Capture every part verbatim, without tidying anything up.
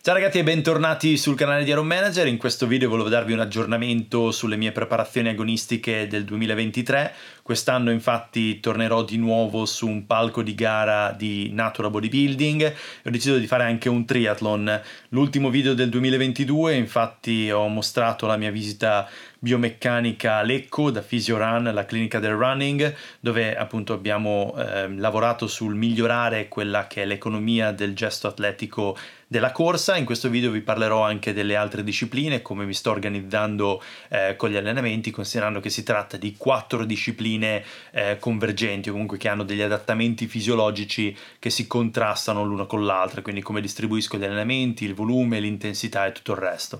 Ciao ragazzi e bentornati sul canale di Iron Manager. In questo video volevo darvi un aggiornamento sulle mie preparazioni agonistiche del duemilaventitré. Quest'anno infatti tornerò di nuovo su un palco di gara di Natura Bodybuilding e ho deciso di fare anche un triathlon. L'ultimo video del duemilaventidue infatti ho mostrato la mia visita biomeccanica a Lecco da PhysioRun, la clinica del running, dove appunto abbiamo eh, lavorato sul migliorare quella che è l'economia del gesto atletico della corsa. In questo video vi parlerò anche delle altre discipline, come mi sto organizzando eh, con gli allenamenti, considerando che si tratta di quattro discipline eh, convergenti o comunque che hanno degli adattamenti fisiologici che si contrastano l'una con l'altra, quindi come distribuisco gli allenamenti, il volume, l'intensità e tutto il resto.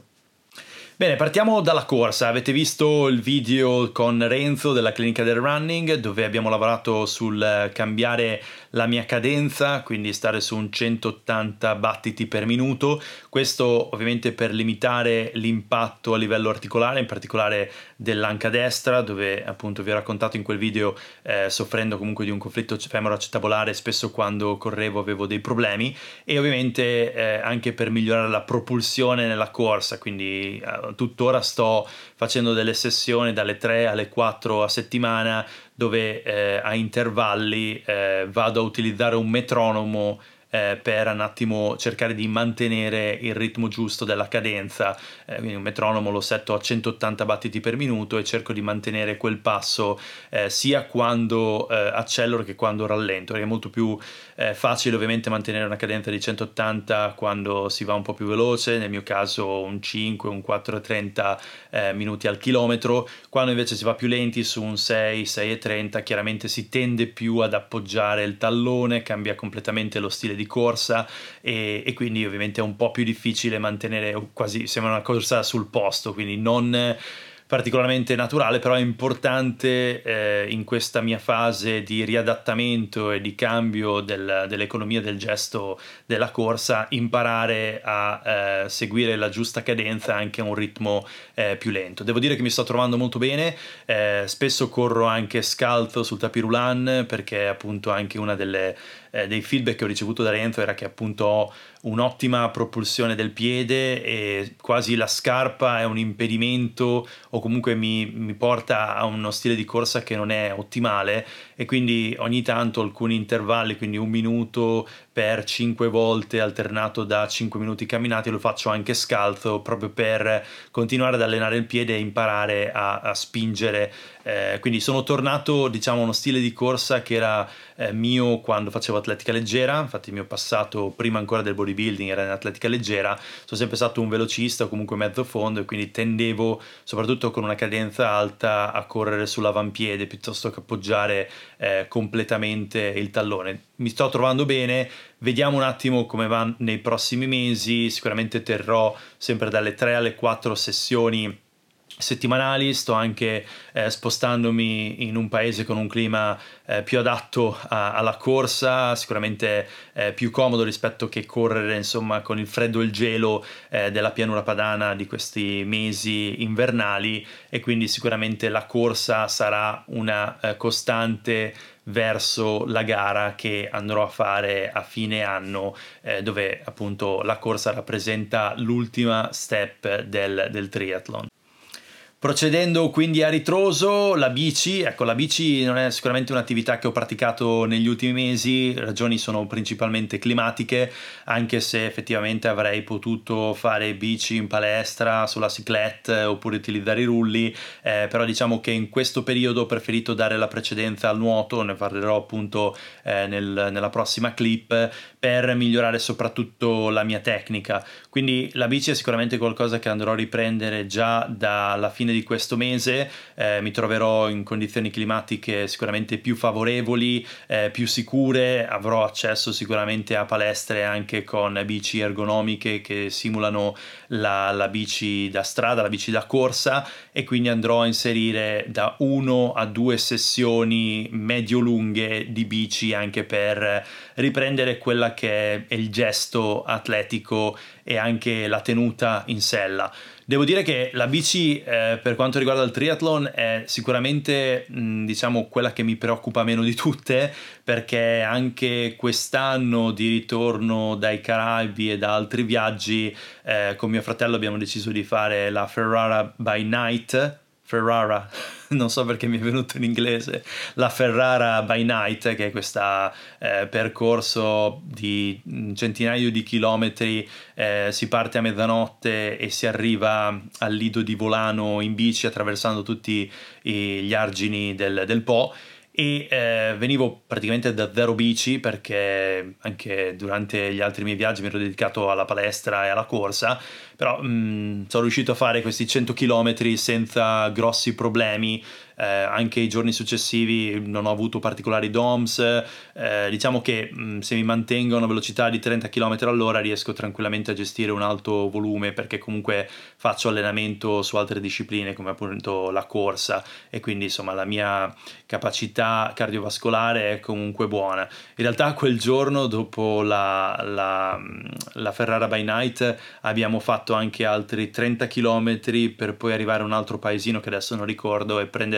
Bene, partiamo dalla corsa. Avete visto il video con Renzo della clinica del running, dove abbiamo lavorato sul cambiare la mia cadenza, quindi stare su un centottanta battiti per minuto. Questo ovviamente per limitare l'impatto a livello articolare, in particolare dell'anca destra, dove appunto vi ho raccontato in quel video eh, soffrendo comunque di un conflitto femoroacetabolare, spesso quando correvo avevo dei problemi, e ovviamente eh, anche per migliorare la propulsione nella corsa, quindi eh, tuttora sto facendo delle sessioni dalle tre alle quattro a settimana dove eh, a intervalli eh, vado a utilizzare un metronomo eh, per un attimo cercare di mantenere il ritmo giusto della cadenza. Eh, quindi un metronomo lo setto a centottanta battiti per minuto e cerco di mantenere quel passo eh, sia quando eh, accelero che quando rallento. È molto più eh, facile ovviamente mantenere una cadenza di centottanta quando si va un po' più veloce, nel mio caso un cinque, un quattro e trenta eh, minuti al chilometro. Quando invece si va più lenti, su un sei, sei e trenta, chiaramente si tende più ad appoggiare il tallone, cambia completamente lo stile di corsa e, e quindi ovviamente è un po' più difficile mantenere, quasi sembra una corsa sul posto, quindi non particolarmente naturale, però è importante eh, in questa mia fase di riadattamento e di cambio del, dell'economia del gesto della corsa imparare a eh, seguire la giusta cadenza anche a un ritmo eh, più lento. Devo dire che mi sto trovando molto bene, eh, spesso corro anche scalzo sul tapirulan, perché appunto anche una delle eh, dei feedback che ho ricevuto da Renzo era che appunto ho un'ottima propulsione del piede e quasi la scarpa è un impedimento o comunque mi, mi porta a uno stile di corsa che non è ottimale, e quindi ogni tanto alcuni intervalli, quindi un minuto per cinque volte alternato da cinque minuti camminati, lo faccio anche scalzo proprio per continuare ad allenare il piede e imparare a, a spingere. Eh, quindi sono tornato diciamo a uno stile di corsa che era eh, mio quando facevo atletica leggera. Infatti il mio passato prima ancora del bodybuilding era in atletica leggera, sono sempre stato un velocista o comunque mezzo fondo e quindi tendevo soprattutto con una cadenza alta a correre sull'avampiede piuttosto che appoggiare eh, completamente il tallone. Mi sto trovando bene, vediamo un attimo come va nei prossimi mesi. Sicuramente terrò sempre dalle tre alle quattro sessioni settimanali. Sto anche eh, spostandomi in un paese con un clima eh, più adatto a, alla corsa, sicuramente eh, più comodo rispetto che correre insomma con il freddo e il gelo eh, della pianura padana di questi mesi invernali, e quindi sicuramente la corsa sarà una eh, costante verso la gara che andrò a fare a fine anno, eh, dove appunto la corsa rappresenta l'ultima step del, del triathlon. Procedendo quindi a ritroso, la bici, ecco la bici non è sicuramente un'attività che ho praticato negli ultimi mesi, ragioni sono principalmente climatiche, anche se effettivamente avrei potuto fare bici in palestra, sulla cyclette oppure utilizzare i rulli, eh, però diciamo che in questo periodo ho preferito dare la precedenza al nuoto, ne parlerò appunto eh, nel, nella prossima clip, per migliorare soprattutto la mia tecnica. Quindi la bici è sicuramente qualcosa che andrò a riprendere già dalla fine di questo mese. Eh, mi troverò in condizioni climatiche sicuramente più favorevoli, eh, più sicure, avrò accesso sicuramente a palestre anche con bici ergonomiche che simulano la, la bici da strada, la bici da corsa, e quindi andrò a inserire da uno a due sessioni medio-lunghe di bici anche per riprendere quella che è il gesto atletico e anche la tenuta in sella. Devo dire che la bici, eh, per quanto riguarda il triathlon, è sicuramente mh, diciamo quella che mi preoccupa meno di tutte, perché anche quest'anno di ritorno dai Caraibi e da altri viaggi, eh, con mio fratello abbiamo deciso di fare la Ferrara by Night. Ferrara, non so perché mi è venuto in inglese, la Ferrara by Night, che è questo eh, percorso di centinaia di chilometri, eh, si parte a mezzanotte e si arriva al Lido di Volano in bici attraversando tutti i- gli argini del, del Po. E eh, venivo praticamente da zero bici, perché anche durante gli altri miei viaggi mi ero dedicato alla palestra e alla corsa, però mh, sono riuscito a fare questi cento chilometri senza grossi problemi. Eh, anche i giorni successivi non ho avuto particolari D O M S. Eh, diciamo che mh, se mi mantengo a una velocità di trenta chilometri all'ora riesco tranquillamente a gestire un alto volume, perché comunque faccio allenamento su altre discipline come appunto la corsa, e quindi insomma la mia capacità cardiovascolare è comunque buona. In realtà quel giorno, dopo la, la, la Ferrara by Night, abbiamo fatto anche altri trenta chilometri per poi arrivare a un altro paesino che adesso non ricordo e prendere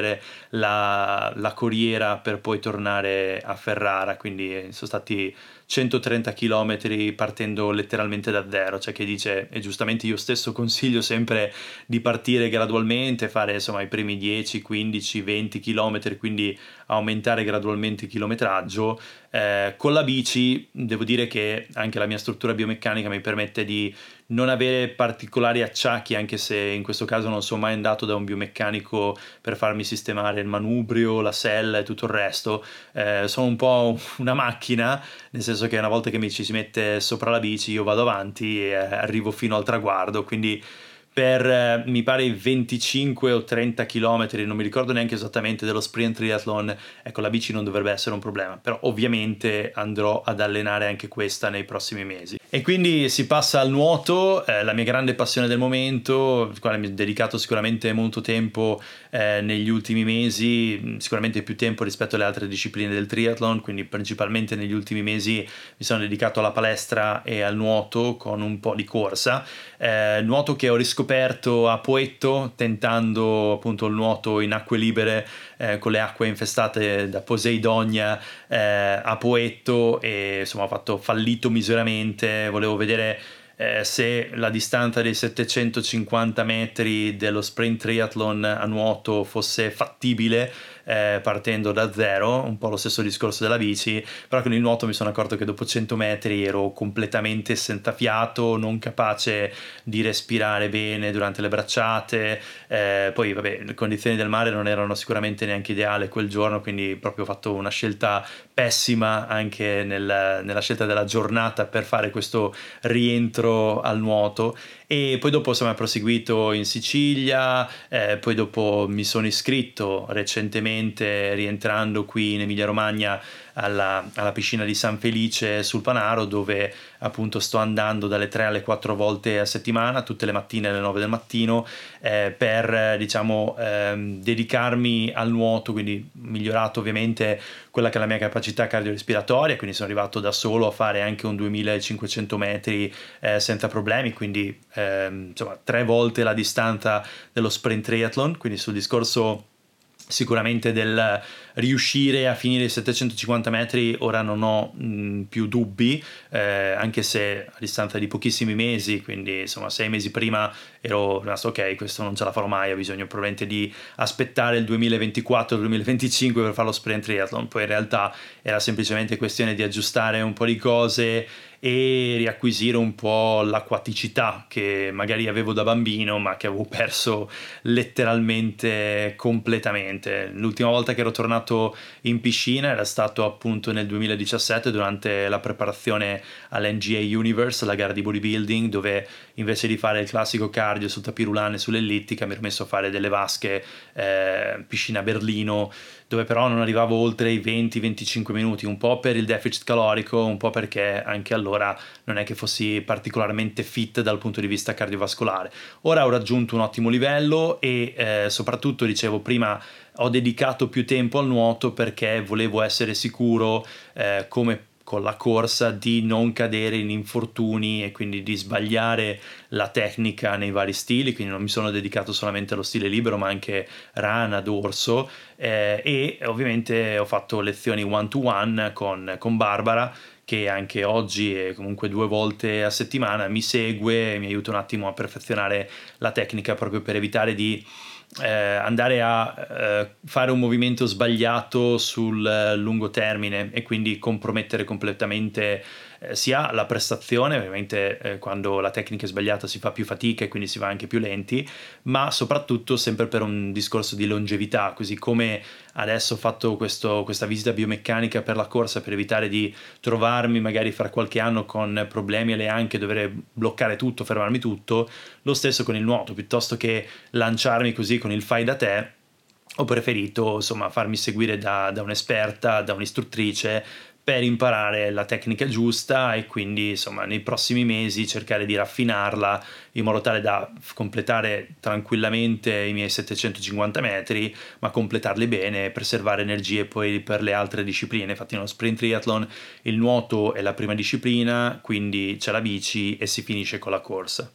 la, la corriera per poi tornare a Ferrara. Quindi sono stati centotrenta chilometri partendo letteralmente da zero. C'è chi dice, e giustamente io stesso consiglio sempre, di partire gradualmente, fare insomma i primi dieci, quindici, venti chilometri, quindi aumentare gradualmente il chilometraggio. Eh, con la bici devo dire che anche la mia struttura biomeccanica mi permette di non avere particolari acciacchi, anche se in questo caso non sono mai andato da un biomeccanico per farmi sistemare il manubrio, la sella e tutto il resto. Eh, sono un po' una macchina, nel senso che una volta che mi ci si mette sopra la bici io vado avanti e arrivo fino al traguardo. Quindi per eh, mi pare i venticinque o trenta chilometri, non mi ricordo neanche esattamente, dello sprint triathlon, ecco, la bici non dovrebbe essere un problema, però ovviamente andrò ad allenare anche questa nei prossimi mesi. E quindi si passa al nuoto, eh, la mia grande passione del momento, al quale mi ho dedicato sicuramente molto tempo eh, negli ultimi mesi, sicuramente più tempo rispetto alle altre discipline del triathlon, quindi principalmente negli ultimi mesi mi sono dedicato alla palestra e al nuoto con un po' di corsa. Eh, nuoto che ho riscoperto a Poetto, tentando appunto il nuoto in acque libere, eh, con le acque infestate da Poseidonia, eh, a Poetto, e insomma ho fatto fallito miseramente. Volevo vedere eh, se la distanza dei settecentocinquanta metri dello sprint triathlon a nuoto fosse fattibile, eh, partendo da zero, un po' lo stesso discorso della bici, però con il nuoto mi sono accorto che dopo cento metri ero completamente senza fiato, non capace di respirare bene durante le bracciate. Eh, poi vabbè, le condizioni del mare non erano sicuramente neanche ideali quel giorno, quindi proprio ho fatto una scelta pessima anche nel, nella scelta della giornata per fare questo rientro al nuoto. E poi dopo insomma ho proseguito in Sicilia, eh, poi dopo mi sono iscritto recentemente, rientrando qui in Emilia Romagna, alla, alla piscina di San Felice sul Panaro, dove appunto sto andando dalle tre alle quattro volte a settimana, tutte le mattine alle nove del mattino, eh, per diciamo ehm, dedicarmi al nuoto. Quindi migliorato ovviamente quella che è la mia capacità cardiorespiratoria, quindi sono arrivato da solo a fare anche un duemilacinquecento metri eh, senza problemi, quindi ehm, insomma tre volte la distanza dello sprint triathlon. Quindi sul discorso sicuramente del riuscire a finire i settecentocinquanta metri ora non ho mh, più dubbi, eh, anche se a distanza di pochissimi mesi, quindi insomma sei mesi prima, ero rimasto ok, questo non ce la farò mai, ho bisogno probabilmente di aspettare il duemilaventiquattro duemilaventicinque per fare lo sprint triathlon. Poi in realtà era semplicemente questione di aggiustare un po' di cose e riacquisire un po' l'acquaticità che magari avevo da bambino ma che avevo perso letteralmente completamente. L'ultima volta che ero tornato in piscina era stato appunto nel duemiladiciassette, durante la preparazione all'N G A Universe, la gara di bodybuilding, dove invece di fare il classico cardio sul tapirulane e sull'ellittica mi ero messo a fare delle vasche, eh, piscina a Berlino, dove però non arrivavo oltre i venti venticinque minuti, un po' per il deficit calorico, un po' perché anche allora non è che fossi particolarmente fit dal punto di vista cardiovascolare. Ora ho raggiunto un ottimo livello e eh, soprattutto, dicevo prima, ho dedicato più tempo al nuoto perché volevo essere sicuro, eh, come con la corsa di non cadere in infortuni e quindi di sbagliare la tecnica nei vari stili, quindi non mi sono dedicato solamente allo stile libero ma anche rana, dorso, eh, e ovviamente ho fatto lezioni one to one con, con Barbara, che anche oggi e comunque due volte a settimana mi segue e mi aiuta un attimo a perfezionare la tecnica, proprio per evitare di eh, andare a eh, fare un movimento sbagliato sul eh, lungo termine e quindi compromettere completamente eh, sia la prestazione, ovviamente eh, quando la tecnica è sbagliata si fa più fatica e quindi si va anche più lenti, ma soprattutto sempre per un discorso di longevità, così come adesso ho fatto questo, questa visita biomeccanica per la corsa per evitare di trovarmi magari fra qualche anno con problemi alle anche, dover bloccare tutto, fermarmi tutto. Lo stesso con il nuoto, piuttosto che lanciarmi così con il fai da te, ho preferito insomma farmi seguire da, da un'esperta, da un'istruttrice, per imparare la tecnica giusta e quindi insomma nei prossimi mesi cercare di raffinarla in modo tale da completare tranquillamente i miei settecentocinquanta metri, ma completarli bene e preservare energie poi per le altre discipline. Infatti nello sprint triathlon il nuoto è la prima disciplina, quindi c'è la bici e si finisce con la corsa.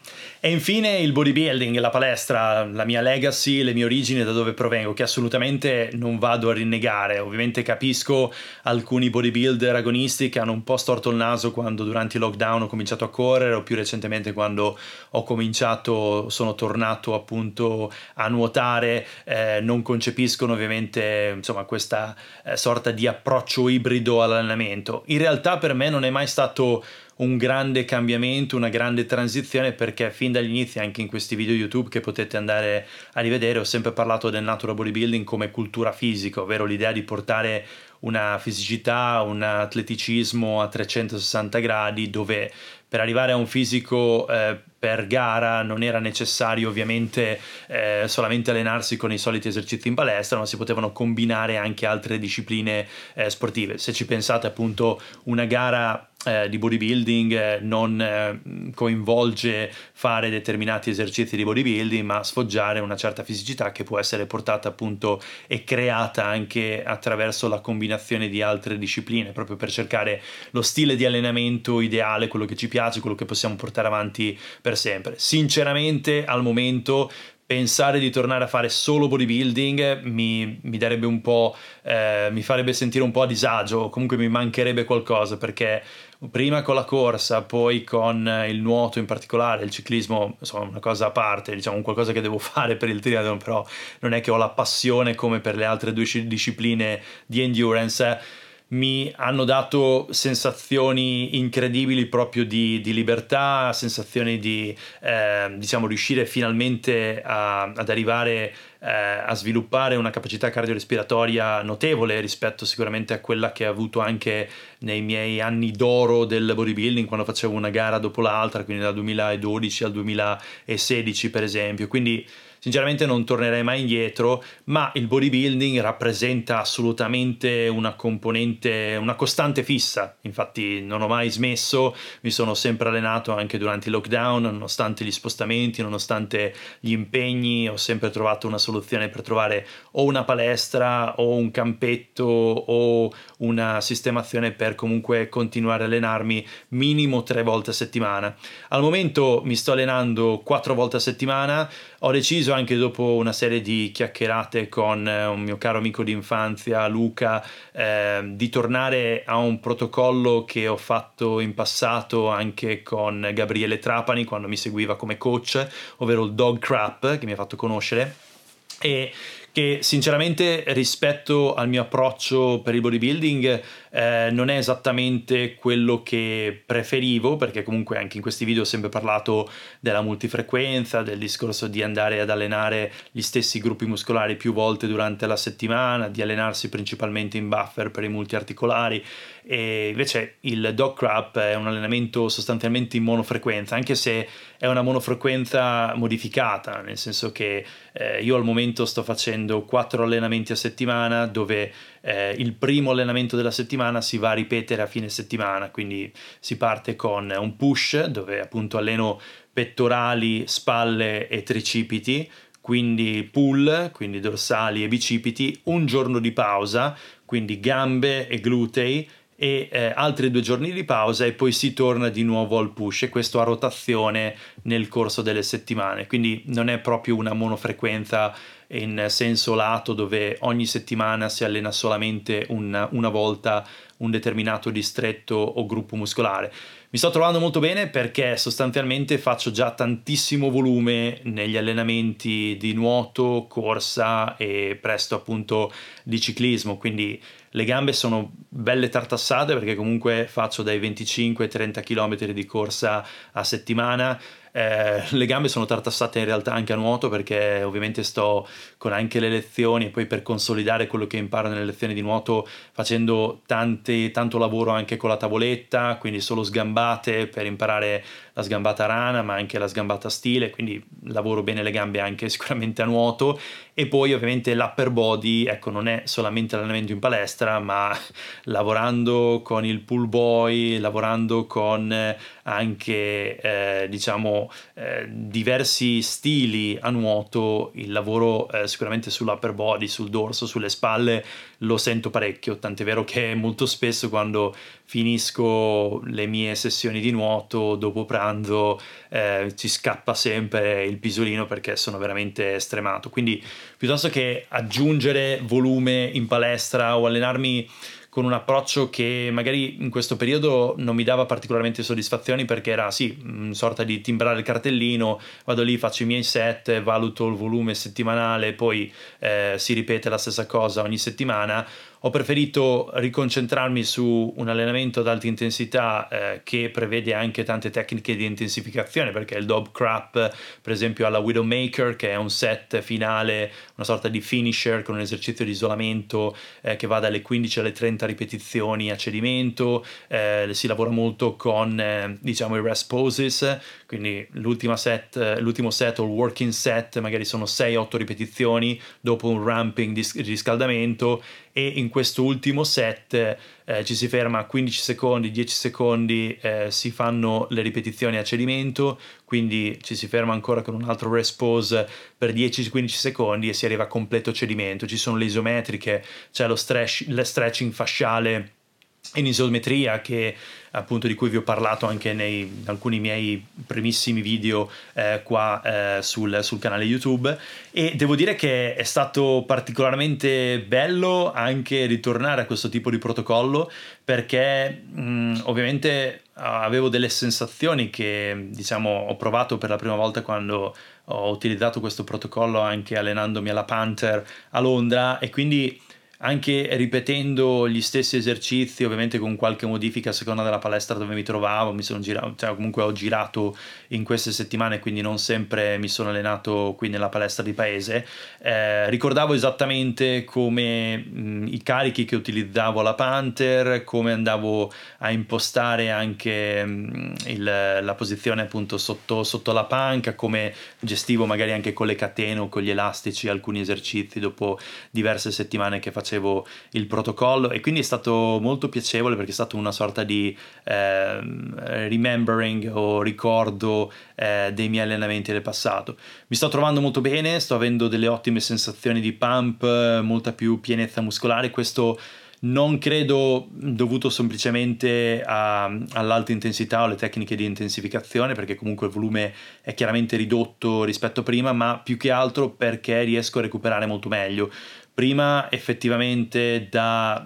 E infine il bodybuilding, la palestra, la mia legacy, le mie origini, da dove provengo, che assolutamente non vado a rinnegare. Ovviamente capisco alcuni bodybuilder agonisti che hanno un po' storto il naso quando durante il lockdown ho cominciato a correre, o più recentemente quando ho cominciato, sono tornato appunto a nuotare, eh, non concepiscono ovviamente insomma questa eh, sorta di approccio ibrido all'allenamento. In realtà per me non è mai stato un grande cambiamento, una grande transizione, perché fin dagli inizi, anche in questi video YouTube che potete andare a rivedere, ho sempre parlato del natural bodybuilding come cultura fisica, ovvero l'idea di portare una fisicità, un atleticismo a trecentosessanta gradi, dove per arrivare a un fisico eh, per gara non era necessario ovviamente eh, solamente allenarsi con i soliti esercizi in palestra, ma si potevano combinare anche altre discipline eh, sportive. Se ci pensate, appunto, una gara eh, di bodybuilding eh, non eh, coinvolge fare determinati esercizi di bodybuilding, ma sfoggiare una certa fisicità che può essere portata appunto e creata anche attraverso la combinazione di altre discipline, proprio per cercare lo stile di allenamento ideale, quello che ci piace, quello che possiamo portare avanti per sempre. Sinceramente al momento pensare di tornare a fare solo bodybuilding mi, mi darebbe un po', eh, mi farebbe sentire un po' a disagio, comunque mi mancherebbe qualcosa, perché prima con la corsa, poi con il nuoto in particolare, il ciclismo, insomma una cosa a parte, diciamo un qualcosa che devo fare per il triathlon, però non è che ho la passione come per le altre due discipline di endurance. Mi hanno dato sensazioni incredibili proprio di, di libertà, sensazioni di eh, diciamo riuscire finalmente a, ad arrivare eh, a sviluppare una capacità cardiorespiratoria notevole rispetto sicuramente a quella che ho avuto anche nei miei anni d'oro del bodybuilding, quando facevo una gara dopo l'altra, quindi dal duemiladodici al duemilasedici per esempio. Quindi sinceramente non tornerei mai indietro, ma il bodybuilding rappresenta assolutamente una componente, una costante fissa. Infatti non ho mai smesso, mi sono sempre allenato anche durante il lockdown, nonostante gli spostamenti, nonostante gli impegni, ho sempre trovato una soluzione per trovare o una palestra o un campetto o una sistemazione per comunque continuare a allenarmi minimo tre volte a settimana. Al momento mi sto allenando quattro volte a settimana. Ho deciso, anche dopo una serie di chiacchierate con eh, un mio caro amico di infanzia, Luca, eh, di tornare a un protocollo che ho fatto in passato anche con Gabriele Trapani quando mi seguiva come coach, ovvero il Dog Crap, che mi ha fatto conoscere, e che sinceramente rispetto al mio approccio per il bodybuilding eh, non è esattamente quello che preferivo, perché comunque anche in questi video ho sempre parlato della multifrequenza, del discorso di andare ad allenare gli stessi gruppi muscolari più volte durante la settimana, di allenarsi principalmente in buffer per i multiarticolari, e invece il Dog Crap è un allenamento sostanzialmente in monofrequenza, anche se è una monofrequenza modificata, nel senso che eh, io al momento sto facendo quattro allenamenti a settimana, dove eh, il primo allenamento della settimana si va a ripetere a fine settimana, quindi si parte con un push dove appunto alleno pettorali, spalle e tricipiti, quindi pull, quindi dorsali e bicipiti, un giorno di pausa, quindi gambe e glutei, e eh, altri due giorni di pausa e poi si torna di nuovo al push, e questo a rotazione nel corso delle settimane, quindi non è proprio una monofrequenza in senso lato dove ogni settimana si allena solamente una, una volta un determinato distretto o gruppo muscolare. Mi sto trovando molto bene perché sostanzialmente faccio già tantissimo volume negli allenamenti di nuoto, corsa e presto appunto di ciclismo, quindi le gambe sono belle tartassate perché comunque faccio dai venticinque ai trenta chilometri di corsa a settimana. Eh, le gambe sono tartassate in realtà anche a nuoto perché ovviamente sto con anche le lezioni e poi per consolidare quello che imparo nelle lezioni di nuoto facendo tante, tanto lavoro anche con la tavoletta, quindi solo sgambate per imparare la sgambata rana ma anche la sgambata stile, quindi lavoro bene le gambe anche sicuramente a nuoto. E poi ovviamente l'upper body, ecco, non è solamente l'allenamento in palestra, ma lavorando con il pull boy, lavorando con eh, anche eh, diciamo eh, diversi stili a nuoto, il lavoro eh, sicuramente sull'upper body, sul dorso, sulle spalle lo sento parecchio, tant'è vero che molto spesso quando finisco le mie sessioni di nuoto dopo pranzo eh, ci scappa sempre il pisolino perché sono veramente stremato, quindi piuttosto che aggiungere volume in palestra o allenarmi con un approccio che magari in questo periodo non mi dava particolarmente soddisfazioni perché era sì, una sorta di timbrare il cartellino, vado lì, faccio i miei set, valuto il volume settimanale, poi eh, si ripete la stessa cosa ogni settimana. Ho preferito riconcentrarmi su un allenamento ad alta intensità eh, che prevede anche tante tecniche di intensificazione, perché il Dob Crap, per esempio, alla Widowmaker, che è un set finale, una sorta di finisher con un esercizio di isolamento eh, che va dalle quindici alle trenta ripetizioni a cedimento. Eh, si lavora molto con eh, diciamo i rest poses, quindi l'ultima set, l'ultimo set o il working set magari sono sei otto ripetizioni dopo un ramping di riscaldamento, e in questo ultimo set eh, ci si ferma a quindici secondi, dieci secondi, eh, si fanno le ripetizioni a cedimento, quindi ci si ferma ancora con un altro rest pose per dieci quindici secondi e si arriva a completo cedimento. Ci sono le isometriche, c'è lo stretch, lo stretching fasciale in isometria che appunto di cui vi ho parlato anche nei in alcuni miei primissimi video eh, qua eh, sul, sul canale YouTube, e devo dire che è stato particolarmente bello anche ritornare a questo tipo di protocollo perché mh, ovviamente avevo delle sensazioni che diciamo ho provato per la prima volta quando ho utilizzato questo protocollo anche allenandomi alla Panther a Londra, e quindi anche ripetendo gli stessi esercizi, ovviamente con qualche modifica a seconda della palestra dove mi trovavo, mi sono girato, cioè comunque ho girato in queste settimane, quindi non sempre mi sono allenato qui nella palestra di paese. Eh, ricordavo esattamente come mh, i carichi che utilizzavo alla Panther, come andavo a impostare anche mh, il, la posizione appunto sotto, sotto la panca, come gestivo magari anche con le catene o con gli elastici alcuni esercizi dopo diverse settimane che facevo facevo il protocollo, e quindi è stato molto piacevole perché è stato una sorta di eh, remembering o ricordo eh, dei miei allenamenti del passato. Mi sto trovando molto bene, sto avendo delle ottime sensazioni di pump, molta più pienezza muscolare, questo non credo dovuto semplicemente a, all'alta intensità o alle tecniche di intensificazione, perché comunque il volume è chiaramente ridotto rispetto a prima, ma più che altro perché riesco a recuperare molto meglio. Prima effettivamente da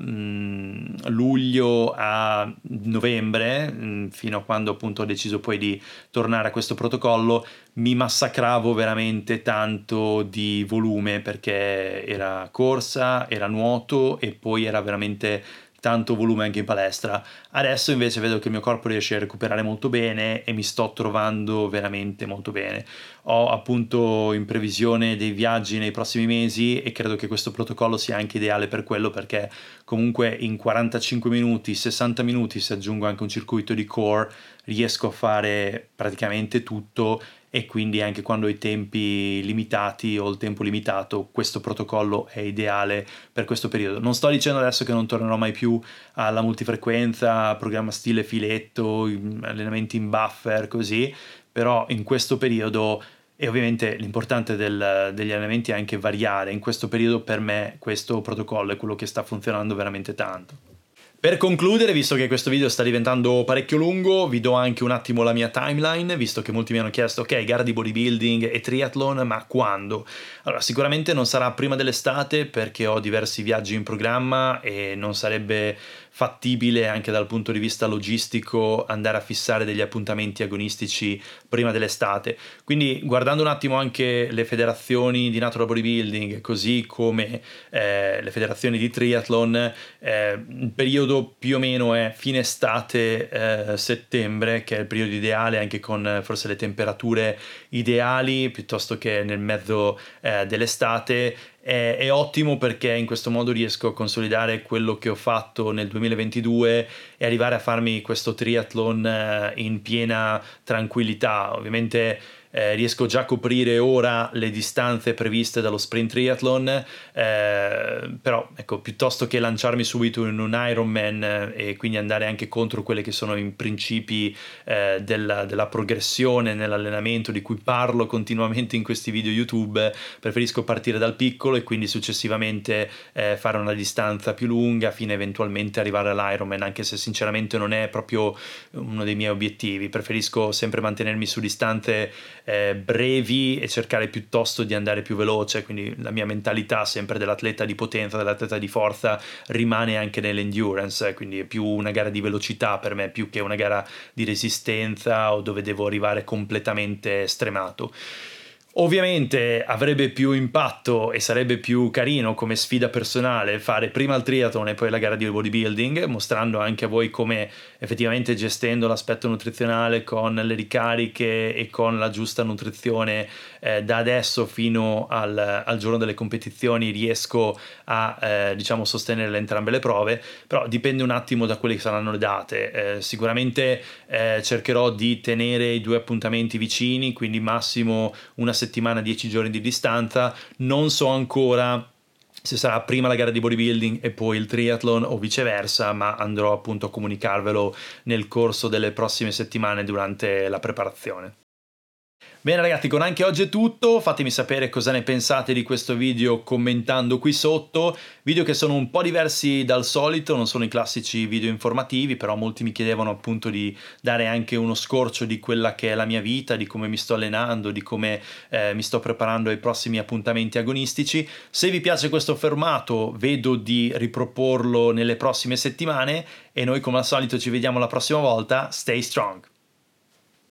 mh, luglio a novembre, mh, fino a quando appunto ho deciso poi di tornare a questo protocollo, mi massacravo veramente tanto di volume perché era corsa, era nuoto e poi era veramente tanto volume anche in palestra. Adesso invece vedo che il mio corpo riesce a recuperare molto bene e mi sto trovando veramente molto bene. Ho appunto in previsione dei viaggi nei prossimi mesi e credo che questo protocollo sia anche ideale per quello, perché comunque in quarantacinque minuti, sessanta minuti, se aggiungo anche un circuito di core, riesco a fare praticamente tutto, e quindi anche quando ho i tempi limitati o il tempo limitato questo protocollo è ideale per questo periodo. Non sto dicendo adesso che non tornerò mai più alla multifrequenza, programma stile filetto, allenamenti in buffer, così, però in questo periodo, e ovviamente l'importante del, degli allenamenti è anche variare, in questo periodo per me questo protocollo è quello che sta funzionando veramente tanto. Per concludere, visto che questo video sta diventando parecchio lungo, vi do anche un attimo la mia timeline, visto che molti mi hanno chiesto, ok, gara di bodybuilding e triathlon, ma quando? Allora, sicuramente non sarà prima dell'estate perché ho diversi viaggi in programma e non sarebbe fattibile anche dal punto di vista logistico andare a fissare degli appuntamenti agonistici prima dell'estate. Quindi guardando un attimo anche le federazioni di natural bodybuilding, così come eh, le federazioni di triathlon, eh, il periodo più o meno è fine estate, eh, settembre, che è il periodo ideale anche con eh, forse le temperature ideali, piuttosto che nel mezzo eh, dell'estate. È, è ottimo perché in questo modo riesco a consolidare quello che ho fatto nel duemilaventidue e arrivare a farmi questo triathlon eh, in piena tranquillità. Ovviamente eh, riesco già a coprire ora le distanze previste dallo sprint triathlon, eh, però ecco, piuttosto che lanciarmi subito in un Ironman eh, e quindi andare anche contro quelli che sono i principi eh, della, della progressione nell'allenamento di cui parlo continuamente in questi video YouTube, preferisco partire dal piccolo e quindi successivamente eh, fare una distanza più lunga fino a eventualmente arrivare all'Ironman, anche se sinceramente non è proprio uno dei miei obiettivi. Preferisco sempre mantenermi su distanze eh, brevi e cercare piuttosto di andare più veloce, quindi la mia mentalità sempre dell'atleta di potenza, dell'atleta di forza rimane anche nell'endurance, quindi è più una gara di velocità per me più che una gara di resistenza o dove devo arrivare completamente stremato. Ovviamente avrebbe più impatto e sarebbe più carino come sfida personale fare prima il triathlon e poi la gara di bodybuilding, mostrando anche a voi come effettivamente gestendo l'aspetto nutrizionale con le ricariche e con la giusta nutrizione eh, da adesso fino al, al giorno delle competizioni riesco a eh, diciamo sostenere entrambe le prove, però dipende un attimo da quelle che saranno le date. Eh, sicuramente eh, cercherò di tenere i due appuntamenti vicini, quindi massimo una settimana, dieci giorni di distanza. Non so ancora se sarà prima la gara di bodybuilding e poi il triathlon o viceversa, ma andrò appunto a comunicarvelo nel corso delle prossime settimane durante la preparazione. Bene ragazzi, con anche oggi è tutto, fatemi sapere cosa ne pensate di questo video commentando qui sotto, video che sono un po' diversi dal solito, non sono i classici video informativi, però molti mi chiedevano appunto di dare anche uno scorcio di quella che è la mia vita, di come mi sto allenando, di come eh, mi sto preparando ai prossimi appuntamenti agonistici. Se vi piace questo formato vedo di riproporlo nelle prossime settimane e noi come al solito ci vediamo la prossima volta, stay strong!